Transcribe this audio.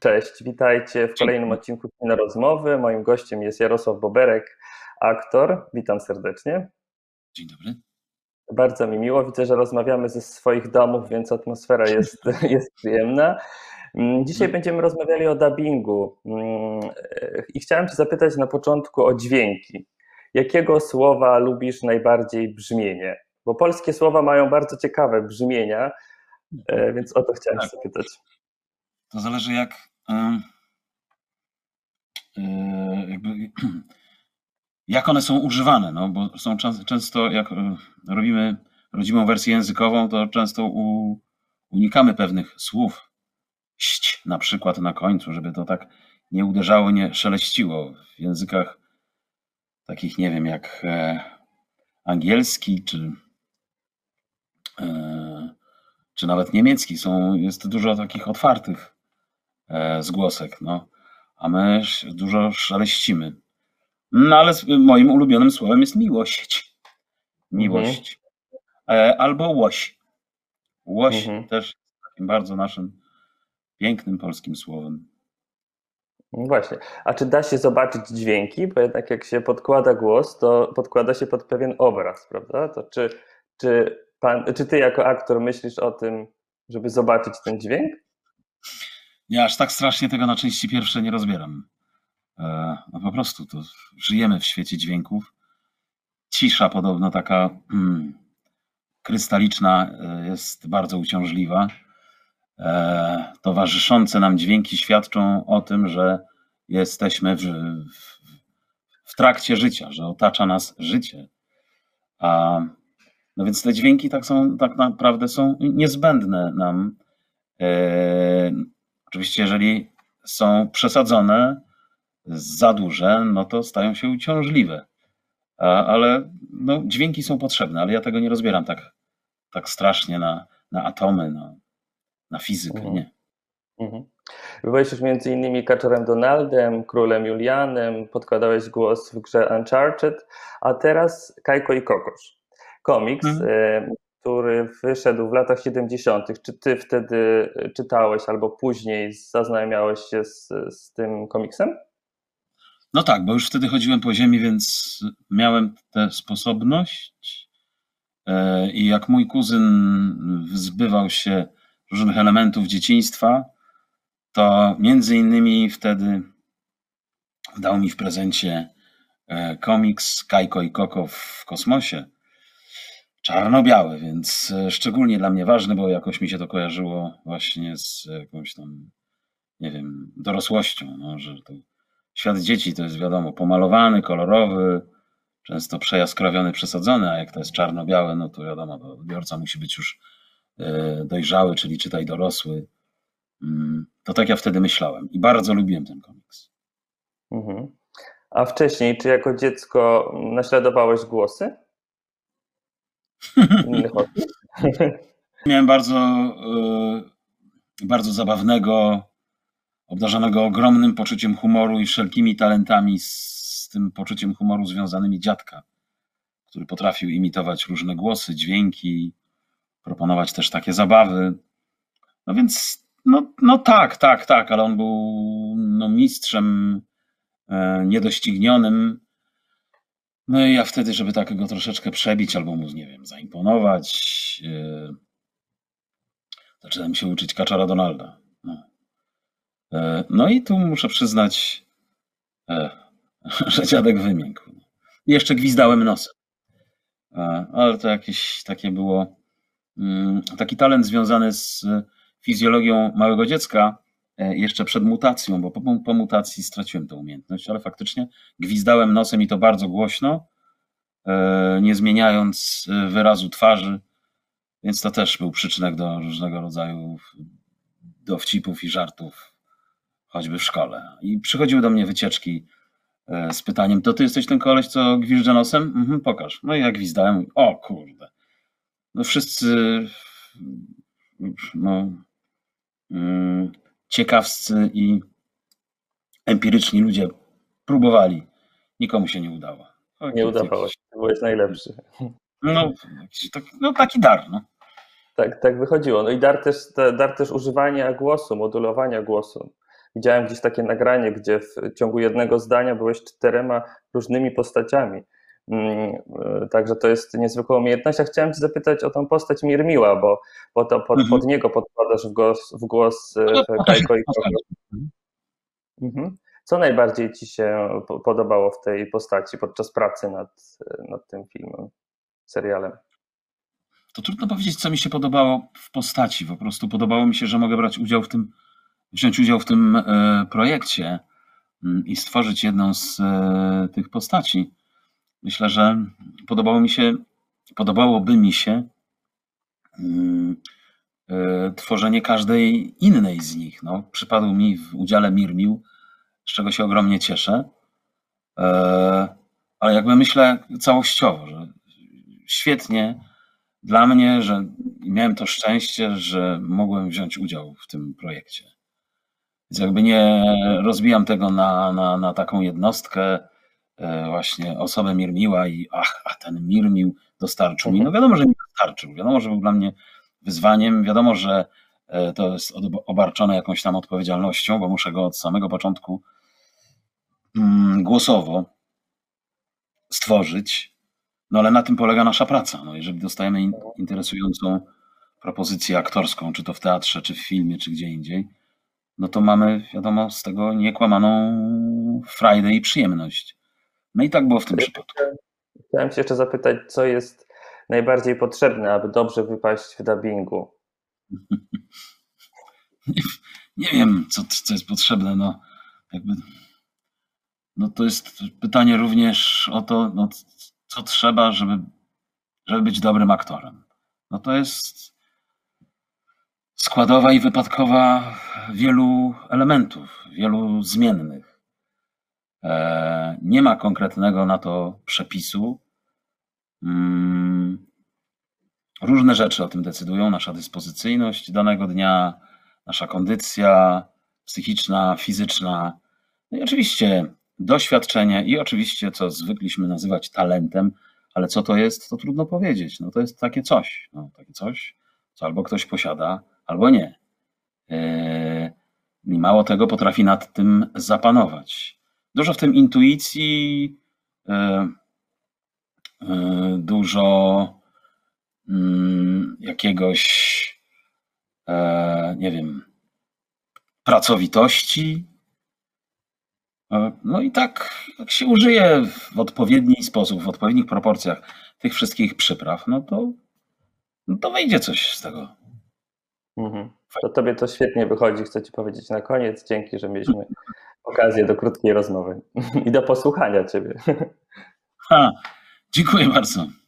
Cześć, witajcie w kolejnym odcinku Kino Rozmowy. Moim gościem jest Jarosław Boberek, aktor. Witam serdecznie. Dzień dobry. Bardzo mi miło. Widzę, że rozmawiamy ze swoich domów, więc atmosfera jest przyjemna. Dzisiaj będziemy rozmawiali o dubbingu i chciałem Cię zapytać na początku o dźwięki. Jakiego słowa lubisz najbardziej brzmienie? Bo polskie słowa mają bardzo ciekawe brzmienia, więc o to chciałem zapytać. To zależy jak one są używane, no, bo są często, jak robimy rodzimą wersję językową, to często unikamy pewnych słów. Ść na przykład na końcu, żeby to tak nie uderzało, nie szeleściło. W językach takich, nie wiem, jak angielski czy nawet niemiecki jest dużo takich otwartych zgłosek, no, a my dużo szaleścimy. No ale moim ulubionym słowem jest miłość. Miłość. Albo łoś. Łoś też takim bardzo naszym pięknym polskim słowem. No właśnie. A czy da się zobaczyć dźwięki? Bo jednak jak się podkłada głos, to podkłada się pod pewien obraz, prawda? To czy ty jako aktor myślisz o tym, żeby zobaczyć ten dźwięk? Ja aż tak strasznie tego na części pierwsze nie rozbieram. No po prostu to żyjemy w świecie dźwięków. Cisza podobno taka krystaliczna jest bardzo uciążliwa. Towarzyszące nam dźwięki świadczą o tym, że jesteśmy w trakcie życia, że otacza nas życie. No więc te dźwięki tak naprawdę są niezbędne nam. Oczywiście, jeżeli są przesadzone, za duże, no to stają się uciążliwe. Ale no, dźwięki są potrzebne, ale ja tego nie rozbieram tak strasznie na atomy, na fizykę, nie. Byłeś już między innymi Kaczorem Donaldem, Królem Julianem, podkładałeś głos w grze Uncharted, a teraz Kajko i Kokosz. Komiks, który wyszedł w latach 70. Czy ty wtedy czytałeś albo później zaznajomiałeś się z tym komiksem? No tak, bo już wtedy chodziłem po ziemi, więc miałem tę sposobność i jak mój kuzyn wyzbywał się różnych elementów dzieciństwa, to między innymi wtedy dał mi w prezencie komiks Kajko i Koko w kosmosie. Czarno-biały, więc szczególnie dla mnie ważny, bo jakoś mi się to kojarzyło właśnie z jakąś tam, nie wiem, dorosłością, no, że to świat dzieci to jest, wiadomo, pomalowany, kolorowy, często przejaskrawiony, przesadzony, a jak to jest czarno-białe, no to wiadomo, to odbiorca musi być już dojrzały, czyli czytaj dorosły. To tak ja wtedy myślałem i bardzo lubiłem ten komiks. A wcześniej, czy jako dziecko naśladowałeś głosy innych osób? Miałem bardzo zabawnego, obdarzonego ogromnym poczuciem humoru i wszelkimi talentami z tym poczuciem humoru związanymi dziadka, który potrafił imitować różne głosy, dźwięki, proponować też takie zabawy. No więc, no tak, ale on był mistrzem niedoścignionym. No i ja wtedy, żeby takiego troszeczkę przebić albo mu, nie wiem, zaimponować, zacząłem się uczyć Kaczora Donalda. No i tu muszę przyznać, że dziadek wymiękł. I jeszcze gwizdałem nosem. Ale to jakieś takie było, taki talent związany z fizjologią małego dziecka jeszcze przed mutacją, bo po mutacji straciłem tę umiejętność, ale faktycznie gwizdałem nosem i to bardzo głośno, nie zmieniając wyrazu twarzy, więc to też był przyczynek do różnego rodzaju dowcipów i żartów, choćby w szkole. I przychodziły do mnie wycieczki z pytaniem: to ty jesteś ten koleś, co gwizdże nosem? Pokaż. No i ja gwizdałem. O kurde. No wszyscy ciekawscy i empiryczni ludzie próbowali. Nikomu się nie udało. Nie udawało się, byłeś najlepszy. No taki dar. No. Tak wychodziło. No i dar też używania głosu, modulowania głosu. widziałem gdzieś takie nagranie, gdzie w ciągu jednego zdania byłeś 4 różnymi postaciami. Także to jest niezwykła umiejętność. Ja chciałem cię zapytać o tą postać Mirmiła, bo to pod niego podpadasz w głos w Kajko i Koko. Co najbardziej ci się podobało w tej postaci podczas pracy nad tym filmem, serialem? To trudno powiedzieć, co mi się podobało w postaci. Po prostu podobało mi się, że mogę wziąć udział w tym projekcie i stworzyć jedną z tych postaci. Myślę, że podobałoby mi się tworzenie każdej innej z nich. No, przypadł mi w udziale Mirmił, z czego się ogromnie cieszę. Ale jakby myślę całościowo, że świetnie dla mnie, że miałem to szczęście, że mogłem wziąć udział w tym projekcie. Więc jakby nie rozbijam tego na taką jednostkę, właśnie osobę Mirmiła i a ten Mirmił dostarczył mi. No wiadomo, że mi dostarczył. Wiadomo, że był dla mnie wyzwaniem. Wiadomo, że to jest obarczone jakąś tam odpowiedzialnością, bo muszę go od samego początku głosowo stworzyć. No ale na tym polega nasza praca. No, jeżeli dostajemy interesującą propozycję aktorską, czy to w teatrze, czy w filmie, czy gdzie indziej, no to mamy, wiadomo, z tego niekłamaną frajdę i przyjemność. No i tak było w tym przypadku. Chciałem się jeszcze zapytać, co jest najbardziej potrzebne, aby dobrze wypaść w dubbingu? Nie wiem, co jest potrzebne. No to jest pytanie również o to, no, co trzeba, żeby być dobrym aktorem. No to jest składowa i wypadkowa wielu elementów, wielu zmiennych. Nie ma konkretnego na to przepisu. Różne rzeczy o tym decydują. Nasza dyspozycyjność danego dnia, nasza kondycja psychiczna, fizyczna. No i oczywiście doświadczenie i oczywiście, co zwykliśmy nazywać talentem, ale co to jest, to trudno powiedzieć. No to jest takie coś, co albo ktoś posiada, albo nie. I mało tego, potrafi nad tym zapanować. Dużo w tym intuicji, dużo jakiegoś, nie wiem, pracowitości. No i tak, jak się użyje w odpowiedni sposób, w odpowiednich proporcjach tych wszystkich przypraw, no to wyjdzie coś z tego. To tobie to świetnie wychodzi, chcę ci powiedzieć na koniec. Dzięki, że mieliśmy okazję do krótkiej rozmowy i do posłuchania ciebie. Dziękuję bardzo.